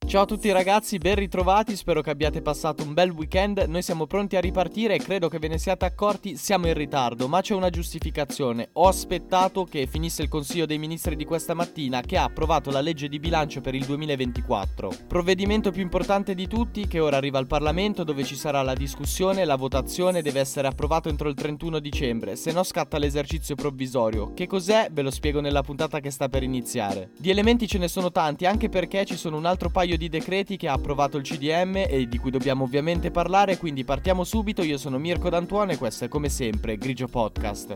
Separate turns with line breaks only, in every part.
Ciao a tutti ragazzi, ben ritrovati, spero che abbiate passato un bel weekend. Noi siamo pronti a ripartire e credo che ve ne siate accorti, siamo in ritardo, ma c'è una giustificazione. Ho aspettato che finisse il Consiglio dei Ministri di questa mattina, che ha approvato la legge di bilancio per il 2024. Provvedimento più importante di tutti, che ora arriva al Parlamento, dove ci sarà la discussione, la votazione, deve essere approvato entro il 31 dicembre, se no scatta l'esercizio provvisorio. Che cos'è? Ve lo spiego nella puntata che sta per iniziare. Di elementi ce ne sono tanti, anche perché ci sono un altro paio di decreti che ha approvato il CDM e di cui dobbiamo ovviamente parlare, quindi partiamo subito. Io sono Mirko D'Antuono e questo è come sempre Grigio Podcast.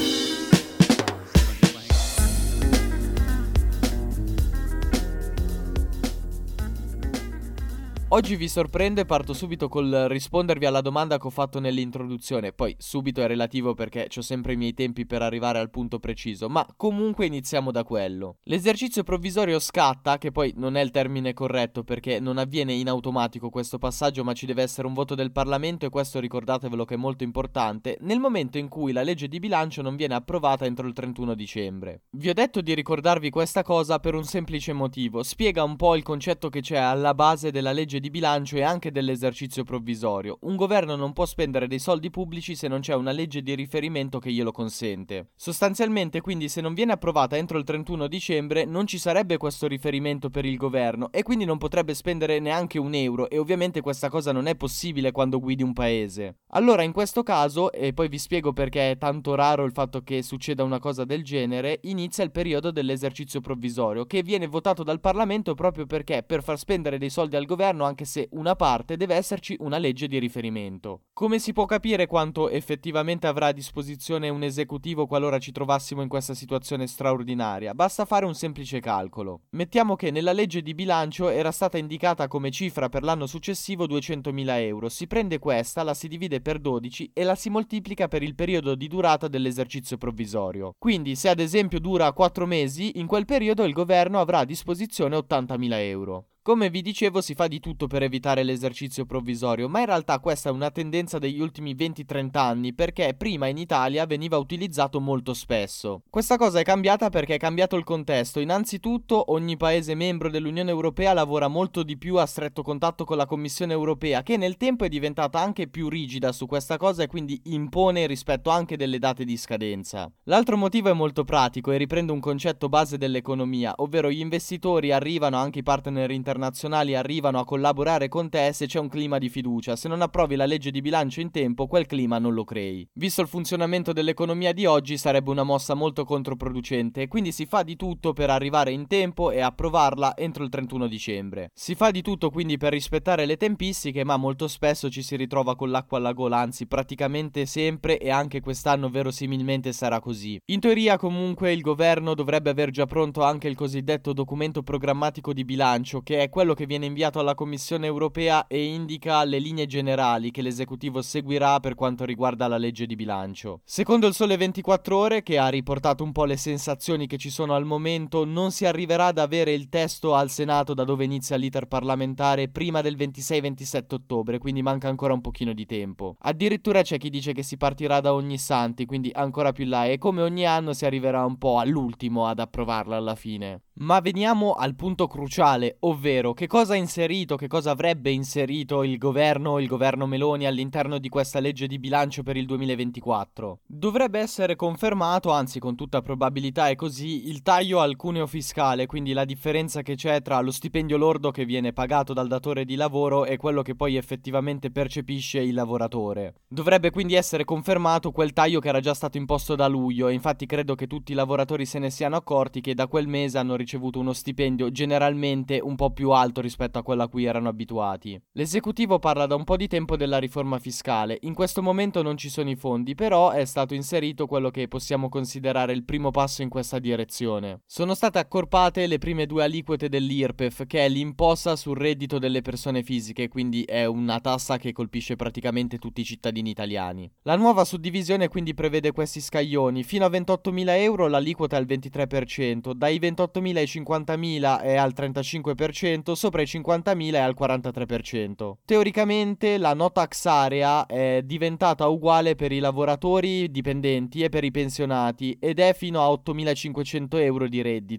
Oggi vi sorprendo e parto subito col rispondervi alla domanda che ho fatto nell'introduzione. Poi subito è relativo perché c'ho sempre i miei tempi per arrivare al punto preciso, ma comunque iniziamo da quello. L'esercizio provvisorio scatta, che poi non è il termine corretto perché non avviene in automatico questo passaggio, ma ci deve essere un voto del Parlamento e questo ricordatevelo che è molto importante, nel momento in cui la legge di bilancio non viene approvata entro il 31 dicembre. Vi ho detto di ricordarvi questa cosa per un semplice motivo: spiega un po' il concetto che c'è alla base della legge di bilancio e anche dell'esercizio provvisorio. Un governo non può spendere dei soldi pubblici se non c'è una legge di riferimento che glielo consente. Sostanzialmente, quindi, se non viene approvata entro il 31 dicembre non ci sarebbe questo riferimento per il governo e quindi non potrebbe spendere neanche un euro, e ovviamente questa cosa non è possibile quando guidi un paese. Allora in questo caso, e poi vi spiego perché è tanto raro il fatto che succeda una cosa del genere, inizia il periodo dell'esercizio provvisorio, che viene votato dal Parlamento proprio perché per far spendere dei soldi al governo, anche se una parte, deve esserci una legge di riferimento. Come si può capire quanto effettivamente avrà a disposizione un esecutivo qualora ci trovassimo in questa situazione straordinaria? Basta fare un semplice calcolo. Mettiamo che nella legge di bilancio era stata indicata come cifra per l'anno successivo 200.000 euro. Si prende questa, la si divide per 12 e la si moltiplica per il periodo di durata dell'esercizio provvisorio. Quindi se ad esempio dura 4 mesi, in quel periodo il governo avrà a disposizione 80.000 euro. Come vi dicevo, si fa di tutto per evitare l'esercizio provvisorio, ma in realtà questa è una tendenza degli ultimi 20-30 anni, perché prima in Italia veniva utilizzato molto spesso. Questa cosa è cambiata perché è cambiato il contesto. Innanzitutto, ogni paese membro dell'Unione Europea lavora molto di più a stretto contatto con la Commissione Europea, che nel tempo è diventata anche più rigida su questa cosa e quindi impone il rispetto anche delle date di scadenza. L'altro motivo è molto pratico e riprende un concetto base dell'economia, ovvero gli investitori arrivano, anche i partner internazionali arrivano a collaborare con te se c'è un clima di fiducia. Se non approvi la legge di bilancio in tempo, quel clima non lo crei. Visto il funzionamento dell'economia di oggi, sarebbe una mossa molto controproducente e quindi si fa di tutto per arrivare in tempo e approvarla entro il 31 dicembre. Si fa di tutto quindi per rispettare le tempistiche, ma molto spesso ci si ritrova con l'acqua alla gola, anzi praticamente sempre, e anche quest'anno verosimilmente sarà così. In teoria comunque il governo dovrebbe aver già pronto anche il cosiddetto documento programmatico di bilancio, che è quello che viene inviato alla Commissione Europea e indica le linee generali che l'esecutivo seguirà per quanto riguarda la legge di bilancio. Secondo il Sole 24 Ore, che ha riportato un po' le sensazioni che ci sono al momento, non si arriverà ad avere il testo al Senato, da dove inizia l'iter parlamentare, prima del 26-27 ottobre, quindi manca ancora un pochino di tempo. Addirittura c'è chi dice che si partirà da Ognissanti, quindi ancora più in là, e come ogni anno si arriverà un po' all'ultimo ad approvarla alla fine. Ma veniamo al punto cruciale, ovvero che cosa ha inserito, che cosa avrebbe inserito il governo Meloni all'interno di questa legge di bilancio per il 2024. Dovrebbe essere confermato, anzi con tutta probabilità è così, il taglio al cuneo fiscale, quindi la differenza che c'è tra lo stipendio lordo che viene pagato dal datore di lavoro e quello che poi effettivamente percepisce il lavoratore. Dovrebbe quindi essere confermato quel taglio che era già stato imposto da luglio, e infatti credo che tutti i lavoratori se ne siano accorti che da quel mese hanno ricevuto uno stipendio generalmente un po' più alto rispetto a quello a cui erano abituati. L'esecutivo parla da un po' di tempo della riforma fiscale. In questo momento non ci sono i fondi, però è stato inserito quello che possiamo considerare il primo passo in questa direzione. Sono state accorpate le prime 2 aliquote dell'IRPEF, che è l'imposta sul reddito delle persone fisiche, quindi è una tassa che colpisce praticamente tutti i cittadini italiani. La nuova suddivisione quindi prevede questi scaglioni: fino a 28.000 euro l'aliquota è al 23%, dai 28.000 ai 50.000 è al 35%, sopra i 50.000 è al 43%. Teoricamente la no tax area è diventata uguale per i lavoratori dipendenti e per i pensionati ed è fino a 8.500 euro di reddito.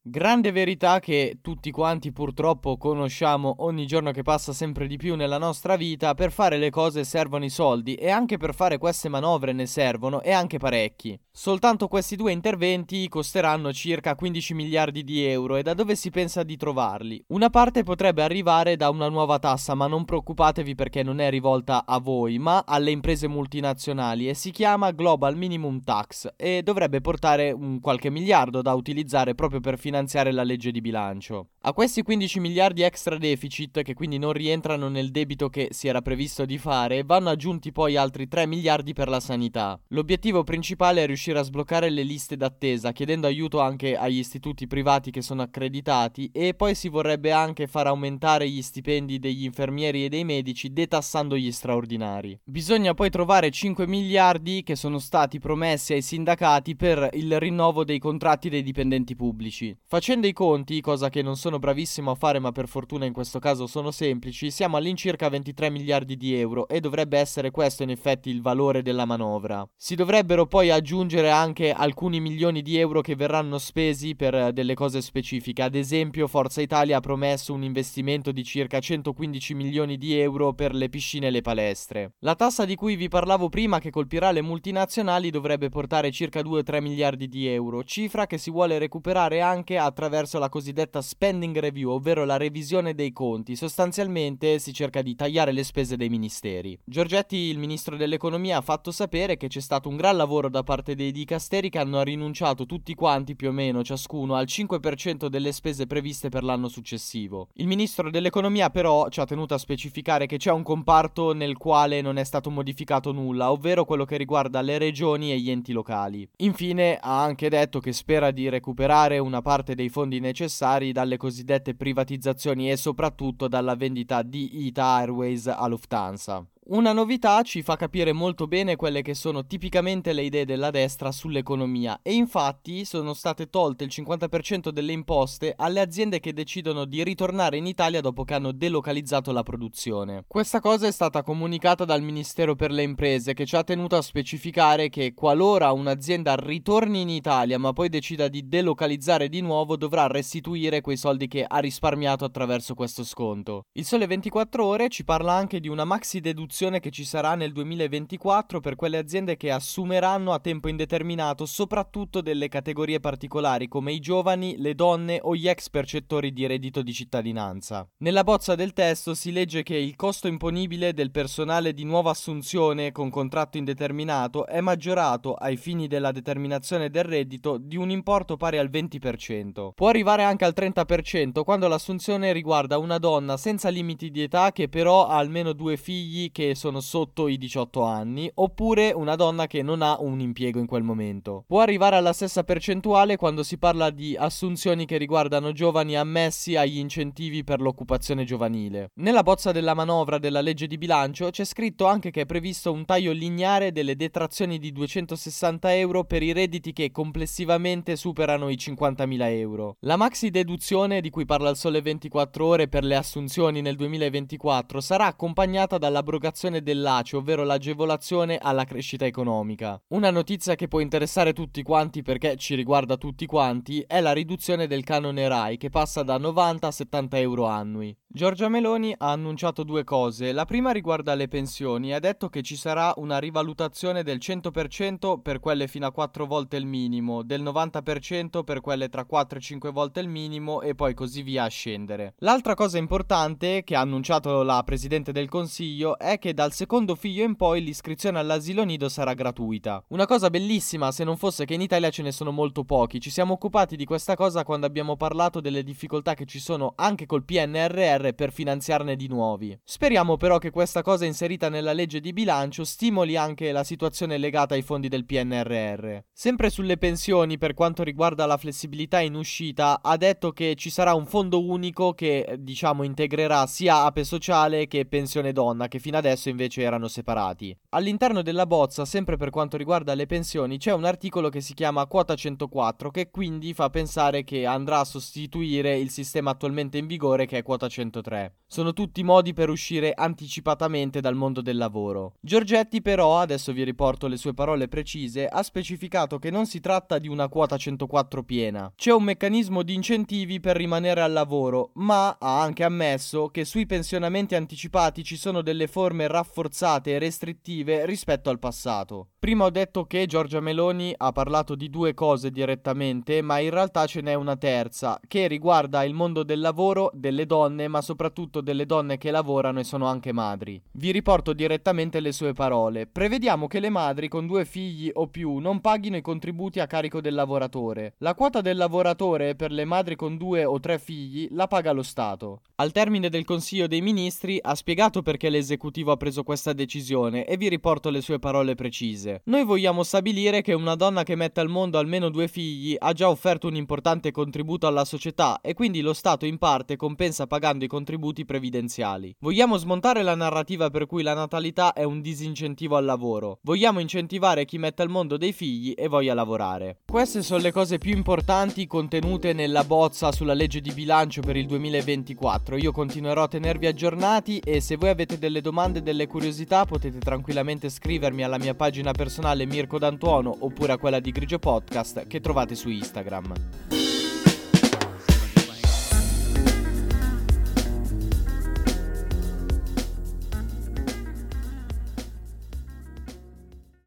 Grande verità che tutti quanti purtroppo conosciamo ogni giorno che passa sempre di più nella nostra vita. Per fare le cose servono i soldi e anche per fare queste manovre ne servono, e anche parecchi. Soltanto questi due interventi costeranno circa 15 miliardi di euro, e da dove si pensa di trovarli? Una parte potrebbe arrivare da una nuova tassa, ma non preoccupatevi perché non è rivolta a voi ma alle imprese multinazionali, e si chiama Global Minimum Tax e dovrebbe portare un qualche miliardo da utilizzare proprio per finanziare la legge di bilancio. A questi 15 miliardi extra deficit, che quindi non rientrano nel debito che si era previsto di fare, vanno aggiunti poi altri 3 miliardi per la sanità. L'obiettivo principale è riuscire a sbloccare le liste d'attesa, chiedendo aiuto anche agli istituti privati che sono accreditati, e poi si vorrebbe anche far aumentare gli stipendi degli infermieri e dei medici detassando gli straordinari. Bisogna poi trovare 5 miliardi che sono stati promessi ai sindacati per il rinnovo dei contratti dei dipendenti pubblici. Facendo i conti, cosa che non sono bravissimo a fare ma per fortuna in questo caso sono semplici, siamo all'incirca 23 miliardi di euro, e dovrebbe essere questo in effetti il valore della manovra. Si dovrebbero poi aggiungere anche alcuni milioni di euro che verranno spesi per delle cose specifiche. Ad esempio, Forza Italia ha promesso un investimento di circa 115 milioni di euro per le piscine e le palestre. La tassa di cui vi parlavo prima, che colpirà le multinazionali, dovrebbe portare circa 2-3 miliardi di euro, cifra che si vuole recuperare anche attraverso la cosiddetta spending review, ovvero la revisione dei conti. Sostanzialmente si cerca di tagliare le spese dei ministeri. Giorgetti, il ministro dell'economia, ha fatto sapere che c'è stato un gran lavoro da parte dei dicasteri, che hanno rinunciato tutti quanti più o meno ciascuno al 5% delle spese previste per l'anno successivo. Il ministro dell'economia però ci ha tenuto a specificare che c'è un comparto nel quale non è stato modificato nulla, ovvero quello che riguarda le regioni e gli enti locali. Infine ha anche detto che spera di recuperare una parte dei fondi necessari dalle cosiddette privatizzazioni e soprattutto dalla vendita di ITA Airways a Lufthansa. Una novità ci fa capire molto bene quelle che sono tipicamente le idee della destra sull'economia, e infatti sono state tolte il 50% delle imposte alle aziende che decidono di ritornare in Italia dopo che hanno delocalizzato la produzione. Questa cosa è stata comunicata dal Ministero per le Imprese, che ci ha tenuto a specificare che qualora un'azienda ritorni in Italia ma poi decida di delocalizzare di nuovo, dovrà restituire quei soldi che ha risparmiato attraverso questo sconto. Il Sole 24 Ore ci parla anche di una maxi deduzione che ci sarà nel 2024 per quelle aziende che assumeranno a tempo indeterminato, soprattutto delle categorie particolari come i giovani, le donne o gli ex percettori di reddito di cittadinanza. Nella bozza del testo si legge che il costo imponibile del personale di nuova assunzione con contratto indeterminato è maggiorato ai fini della determinazione del reddito di un importo pari al 20%. Può arrivare anche al 30% quando l'assunzione riguarda una donna senza limiti di età che però ha almeno 2 figli che sono sotto i 18 anni, oppure una donna che non ha un impiego in quel momento. Può arrivare alla stessa percentuale quando si parla di assunzioni che riguardano giovani ammessi agli incentivi per l'occupazione giovanile. Nella bozza della manovra della legge di bilancio c'è scritto anche che è previsto un taglio lineare delle detrazioni di 260 euro per i redditi che complessivamente superano i 50.000 euro. La maxi deduzione di cui parla il Sole 24 Ore per le assunzioni nel 2024 sarà accompagnata dall'abrogazione dell'ACE, ovvero l'agevolazione alla crescita economica. Una notizia che può interessare tutti quanti perché ci riguarda tutti quanti è la riduzione del canone RAI, che passa da 90 a 70 euro annui. Giorgia Meloni ha annunciato due cose. La prima riguarda le pensioni e ha detto che ci sarà una rivalutazione del 100% per quelle fino a 4 volte il minimo, del 90% per quelle tra 4 e 5 volte il minimo e poi così via a scendere. L'altra cosa importante che ha annunciato la Presidente del Consiglio è che dal secondo figlio in poi l'iscrizione all'asilo nido sarà gratuita. Una cosa bellissima, se non fosse che in Italia ce ne sono molto pochi. Ci siamo occupati di questa cosa quando abbiamo parlato delle difficoltà che ci sono anche col PNRR per finanziarne di nuovi. Speriamo però che questa cosa inserita nella legge di bilancio stimoli anche la situazione legata ai fondi del PNRR. Sempre sulle pensioni, per quanto riguarda la flessibilità in uscita, ha detto che ci sarà un fondo unico che integrerà sia APE sociale che pensione donna, che fino adesso adesso invece erano separati. All'interno della bozza, sempre per quanto riguarda le pensioni, c'è un articolo che si chiama quota 104, che quindi fa pensare che andrà a sostituire il sistema attualmente in vigore, che è quota 103. Sono tutti modi per uscire anticipatamente dal mondo del lavoro. Giorgetti però, adesso vi riporto le sue parole precise, ha specificato che non si tratta di una quota 104 piena. C'è un meccanismo di incentivi per rimanere al lavoro, ma ha anche ammesso che sui pensionamenti anticipati ci sono delle forme rafforzate e restrittive rispetto al passato. Prima ho detto che Giorgia Meloni ha parlato di due cose direttamente, ma in realtà ce n'è una terza, che riguarda il mondo del lavoro, delle donne, ma soprattutto delle donne che lavorano e sono anche madri. Vi riporto direttamente le sue parole. Prevediamo che le madri con 2 figli o più non paghino i contributi a carico del lavoratore. La quota del lavoratore per le madri con 2 o 3 figli la paga lo Stato. Al termine del Consiglio dei Ministri ha spiegato perché l'esecutivo ha preso questa decisione e vi riporto le sue parole precise. Noi vogliamo stabilire che una donna che mette al mondo almeno 2 figli ha già offerto un importante contributo alla società e quindi lo Stato in parte compensa pagando i contributi previdenziali. Vogliamo smontare la narrativa per cui la natalità è un disincentivo al lavoro. Vogliamo incentivare chi mette al mondo dei figli e voglia lavorare. Queste sono le cose più importanti contenute nella bozza sulla legge di bilancio per il 2024. Io continuerò a tenervi aggiornati e se voi avete delle domande e delle curiosità potete tranquillamente scrivermi alla mia pagina personale Mirko D'Antuono oppure a quella di Grigio Podcast che trovate su Instagram.